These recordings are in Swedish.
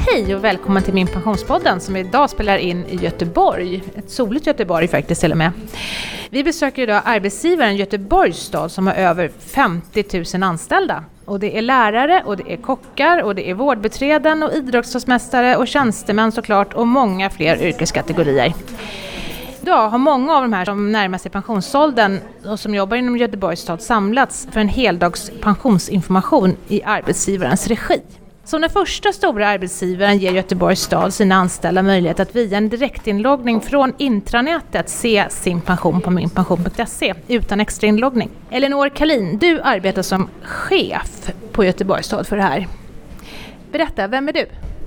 Hej och välkommen till Min Pensionspodden som idag spelar in i Göteborg. Ett soligt Göteborg faktiskt till och med. Vi besöker idag arbetsgivaren Göteborgs stad som har över 50 000 anställda. Och det är lärare och det är kockar och det är vårdbiträden och idrottsmästare och tjänstemän såklart och många fler yrkeskategorier. Idag har många av de här som närmar sig pensionsåldern och som jobbar inom Göteborgs stad samlats för en heldags pensionsinformation i arbetsgivarens regi. Som den första stora arbetsgivaren ger Göteborgs stad sina anställda möjlighet att via en direktinloggning från intranätet se sin pension på minpension.se utan extra inloggning. Elinor Kalin, du arbetar som chef på Göteborgs stad för det här. Berätta, vem är du?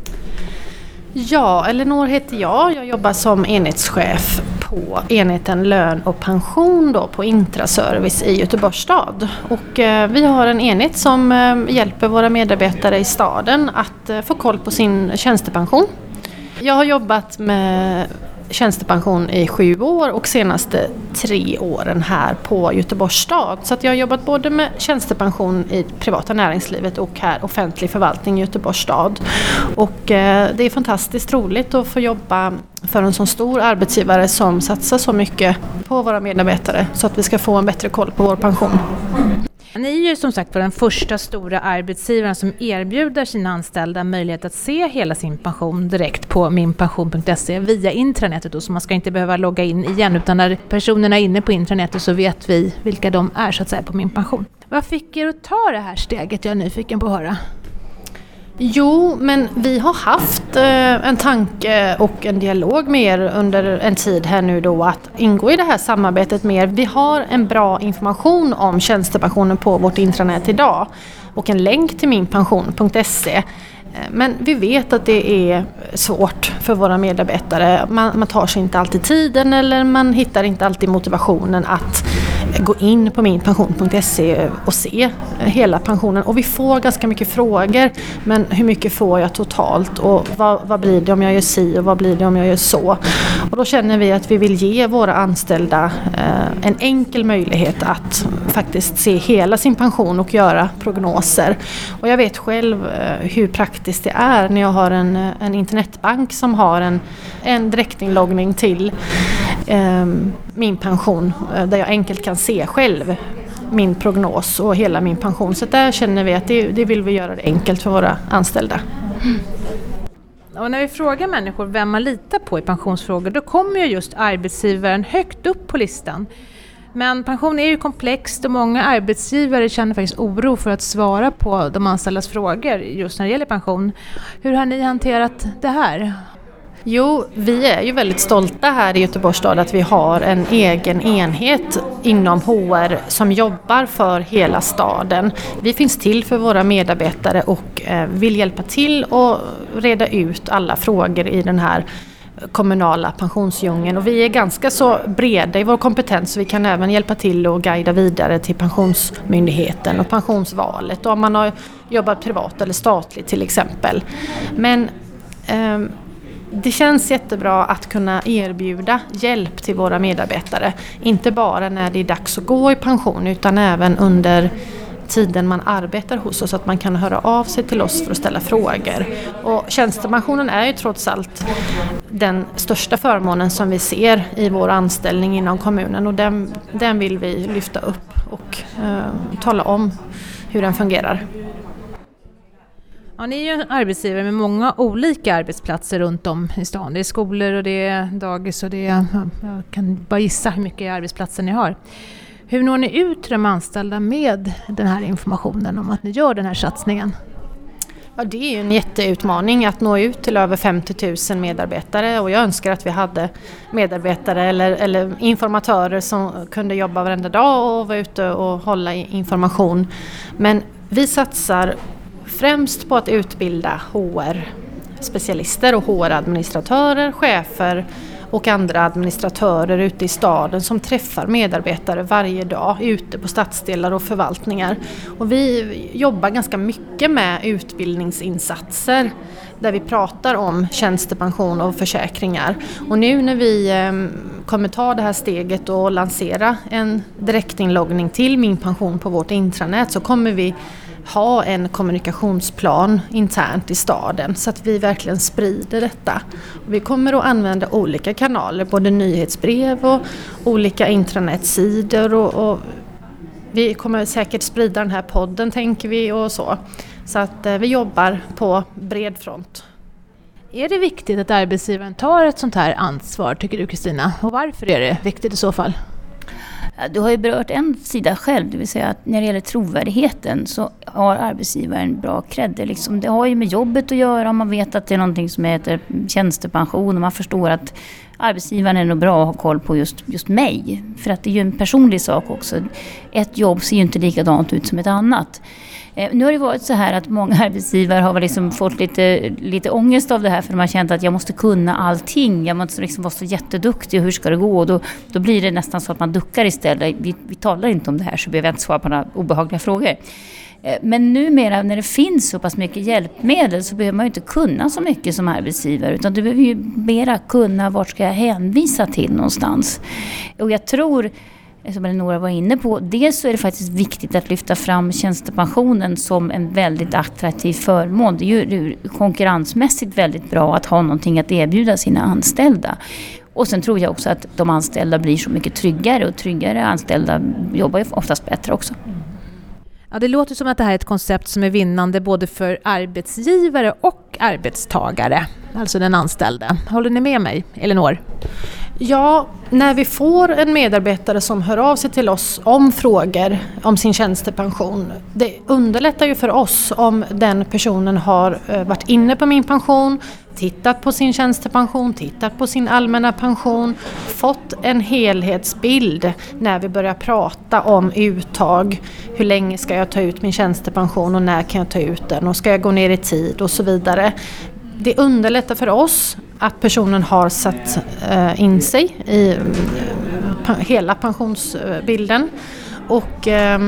Ja, Elinor heter jag. Jag jobbar som enhetschef på enheten lön och pension då på Intraservice i Göteborgs stad. Och vi har en enhet som hjälper våra medarbetare i staden att få koll på sin tjänstepension. Jag har jobbat med tjänstepension i 7 år och senaste 3 åren här på Göteborgs stad. Så att jag har jobbat både med tjänstepension i privata näringslivet och här offentlig förvaltning i Göteborgs stad. Och det är fantastiskt roligt att få jobba för en sån stor arbetsgivare som satsar så mycket på våra medarbetare så att vi ska få en bättre koll på vår pension. Ni är ju som sagt den första stora arbetsgivaren som erbjuder sina anställda möjlighet att se hela sin pension direkt på minpension.se via intranätet då, så man ska inte behöva logga in igen utan när personerna är inne på intranätet så vet vi vilka de är så att säga på min pension. Vad fick er att ta det här steget? Jag är nyfiken på att höra. Jo, men vi har haft en tanke och en dialog med er under en tid här nu då att ingå i det här samarbetet med er. Vi har en bra information om tjänstepensionen på vårt intranät idag och en länk till minpension.se. Men vi vet att det är svårt för våra medarbetare. Man tar sig inte alltid tiden eller man hittar inte alltid motivationen att gå in på minpension.se och se hela pensionen. Och vi får ganska mycket frågor. Men hur mycket får jag totalt? Och vad blir det om jag gör si och vad blir det om jag gör så? Och då känner vi att vi vill ge våra anställda en enkel möjlighet att faktiskt se hela sin pension och göra prognoser. Och jag vet själv hur praktiskt det är när jag har en internetbank som har en direktinloggning till min pension där jag enkelt kan se själv min prognos och hela min pension. Så där känner vi att det vill vi göra det enkelt för våra anställda. Och när vi frågar människor vem man litar på i pensionsfrågor då kommer ju just arbetsgivaren högt upp på listan. Men pension är ju komplext och många arbetsgivare känner faktiskt oro för att svara på de anställdas frågor just när det gäller pension. Hur har ni hanterat det här? Jo, vi är ju väldigt stolta här i Göteborgs stad att vi har en egen enhet inom HR som jobbar för hela staden. Vi finns till för våra medarbetare och vill hjälpa till och reda ut alla frågor i den här kommunala pensionsdjungeln. Och vi är ganska så breda i vår kompetens så vi kan även hjälpa till och guida vidare till pensionsmyndigheten och pensionsvalet. Och om man har jobbat privat eller statligt till exempel. Men det känns jättebra att kunna erbjuda hjälp till våra medarbetare. Inte bara när det är dags att gå i pension utan även under tiden man arbetar hos oss. Så att man kan höra av sig till oss för att ställa frågor. Och tjänstepensionen är ju trots allt den största förmånen som vi ser i vår anställning inom kommunen. Och den vill vi lyfta upp och tala om hur den fungerar. Ja, ni är ju en arbetsgivare med många olika arbetsplatser runt om i stan. Det är skolor och det är dagis och det är, jag kan bara gissa hur mycket arbetsplatser ni har. Hur når ni ut till de anställda med den här informationen om att ni gör den här satsningen? Ja, det är ju en jätteutmaning att nå ut till över 50 000 medarbetare och jag önskar att vi hade medarbetare eller informatörer som kunde jobba varenda dag och vara ute och hålla information. Men vi satsar främst på att utbilda HR-specialister och HR-administratörer, chefer och andra administratörer ute i staden som träffar medarbetare varje dag ute på stadsdelar och förvaltningar. Och vi jobbar ganska mycket med utbildningsinsatser där vi pratar om tjänstepension och försäkringar. Och nu när vi kommer ta det här steget och lansera en direktinloggning till min pension på vårt intranät så kommer vi ha en kommunikationsplan internt i staden så att vi verkligen sprider detta. Vi kommer att använda olika kanaler, både nyhetsbrev och olika intranetsidor och vi kommer säkert sprida den här podden, tänker vi, och så. Så att vi jobbar på bred front. Är det viktigt att arbetsgivaren tar ett sånt här ansvar, tycker du, Kristina? Och varför är det viktigt i så fall? Du har ju berört en sida själv, det vill säga att när det gäller trovärdigheten så har arbetsgivaren bra cred. Det har ju med jobbet att göra, om man vet att det är någonting som heter tjänstepension och man förstår att arbetsgivaren är nog bra att ha koll på just mig. För att det är ju en personlig sak också. Ett jobb ser ju inte likadant ut som ett annat. Nu har det varit så här att många arbetsgivare har fått lite ångest av det här, för de har känt att jag måste kunna allting. Jag måste vara så jätteduktig, och hur ska det gå? Och då blir det nästan så att man duckar istället. Vi talar inte om det här, så behöver jag inte svara på några obehagliga frågor. Men numera när det finns så pass mycket hjälpmedel så behöver man ju inte kunna så mycket som arbetsgivare, utan du behöver ju mera kunna vart ska jag hänvisa till någonstans. Och jag tror, som Eleonora var inne på, dels så är det faktiskt viktigt att lyfta fram tjänstepensionen som en väldigt attraktiv förmån. Det är ju konkurrensmässigt väldigt bra att ha någonting att erbjuda sina anställda. Och sen tror jag också att de anställda blir så mycket tryggare, och tryggare anställda jobbar ju oftast bättre också. Ja, det låter som att det här är ett koncept som är vinnande både för arbetsgivare och arbetstagare, alltså den anställde. Håller ni med mig, Eleonor? Ja, när vi får en medarbetare som hör av sig till oss om frågor om sin tjänstepension, det underlättar ju för oss om den personen har varit inne på min pension, tittat på sin tjänstepension, tittat på sin allmänna pension, fått en helhetsbild när vi börjar prata om uttag. Hur länge ska jag ta ut min tjänstepension och när kan jag ta ut den, och ska jag gå ner i tid och så vidare. Det underlättar för oss att personen har satt in sig i hela pensionsbilden. Och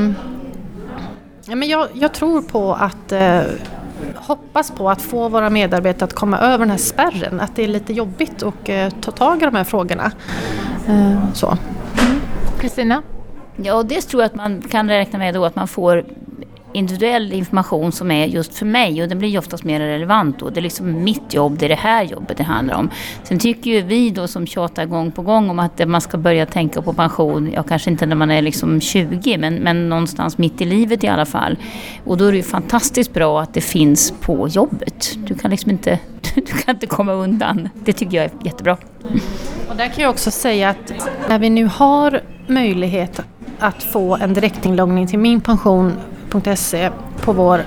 men jag tror på att hoppas på att få våra medarbetare att komma över den här spärren. Att det är lite jobbigt och ta tag i de här frågorna. Så. Kristina? Ja, och det tror jag att man kan räkna med då, att man får individuell information som är just för mig, och den blir ju oftast mer relevant då. Det är liksom mitt jobb, det är det här jobbet det handlar om. Sen tycker ju vi då som tjatar gång på gång om att man ska börja tänka på pension, ja kanske inte när man är 20, men någonstans mitt i livet i alla fall. Och då är det ju fantastiskt bra att det finns på jobbet. Du kan inte komma undan. Det tycker jag är jättebra. Och där kan jag också säga att när vi nu har möjlighet att få en direktinloggning till minpension.se på vårt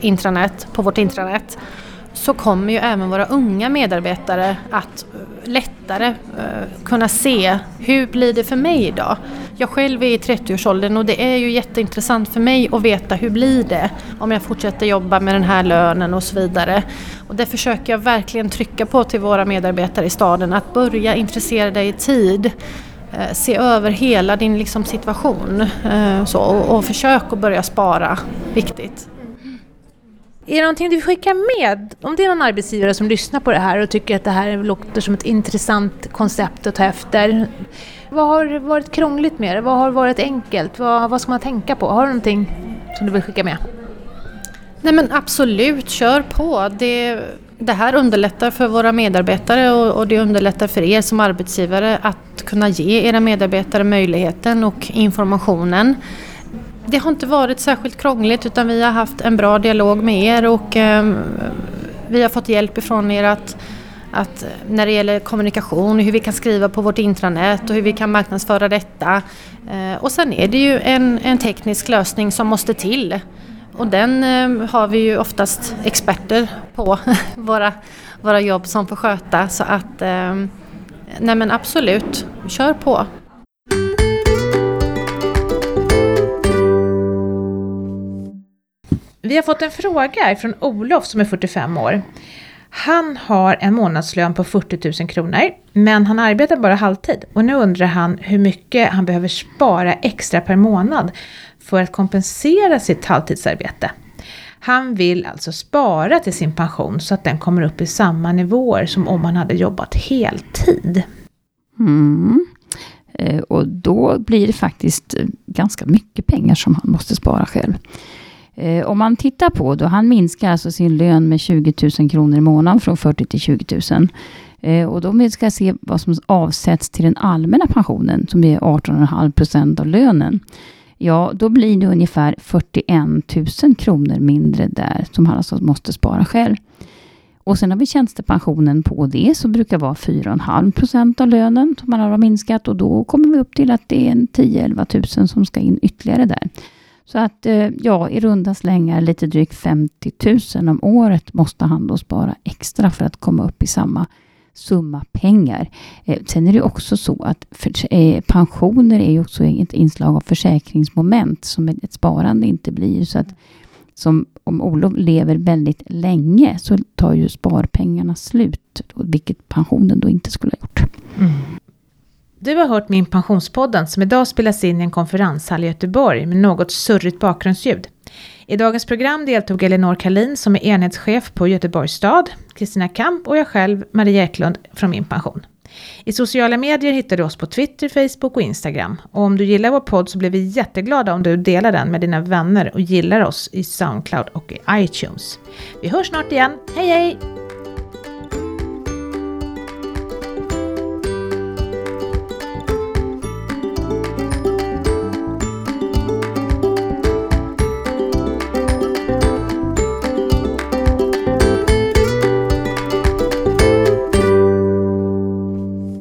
intranet, så kommer ju även våra unga medarbetare att lättare kunna se hur blir det för mig idag. Jag själv är i 30-årsåldern och det är ju jätteintressant för mig att veta hur blir det om jag fortsätter jobba med den här lönen och så vidare. Och det försöker jag verkligen trycka på till våra medarbetare i staden, att börja intressera dig i tid. Se över hela din situation och försök att börja spara. Viktigt. Är det någonting du skickar med? Om det är någon arbetsgivare som lyssnar på det här och tycker att det här låter som ett intressant koncept att ta efter. Vad har varit krångligt med det? Vad har varit enkelt? Vad ska man tänka på? Har du någonting som du vill skicka med? Nej, men absolut, kör på. Det här underlättar för våra medarbetare och det underlättar för er som arbetsgivare att kunna ge era medarbetare möjligheten och informationen. Det har inte varit särskilt krångligt, utan vi har haft en bra dialog med er och vi har fått hjälp ifrån er att när det gäller kommunikation, hur vi kan skriva på vårt intranät och hur vi kan marknadsföra detta. Och sen är det ju en teknisk lösning som måste till. Och den har vi ju oftast experter på våra jobb som får sköta. Så att, nej men absolut, kör på. Vi har fått en fråga från Olof som är 45 år. Han har en månadslön på 40 000 kronor, men han arbetar bara halvtid. Och nu undrar han hur mycket han behöver spara extra per månad för att kompensera sitt halvtidsarbete. Han vill alltså spara till sin pension så att den kommer upp i samma nivåer som om han hade jobbat heltid. Och då blir det faktiskt ganska mycket pengar som han måste spara själv. Om man tittar på då, han minskar alltså sin lön med 20 000 kronor i månaden från 40 till 20 000. Och då om vi ska se vad som avsätts till den allmänna pensionen som är 18,5% av lönen. Ja, då blir det ungefär 41 000 kronor mindre där som han alltså måste spara själv. Och sen har vi tjänstepensionen på det som brukar vara 4,5% av lönen som man har minskat. Och då kommer vi upp till att det är 10-11 000 som ska in ytterligare där. Så att i runda slängar lite drygt 50 000 om året måste han då spara extra för att komma upp i samma summa pengar. Sen är det också så att pensioner är ju också ett inslag av försäkringsmoment som ett sparande inte blir. Så att om Olof lever väldigt länge så tar ju sparpengarna slut, vilket pensionen då inte skulle ha gjort. Mm. Du har hört Min pensionspodden som idag spelas in i en konferenshall i Göteborg med något surrigt bakgrundsljud. I dagens program deltog Elinor Karlin som är enhetschef på Göteborgs stad, Kristina Kamp och jag själv, Maria Eklund från Min pension. I sociala medier hittar du oss på Twitter, Facebook och Instagram. Och om du gillar vår podd så blir vi jätteglada om du delar den med dina vänner och gillar oss i SoundCloud och i iTunes. Vi hörs snart igen. Hej hej!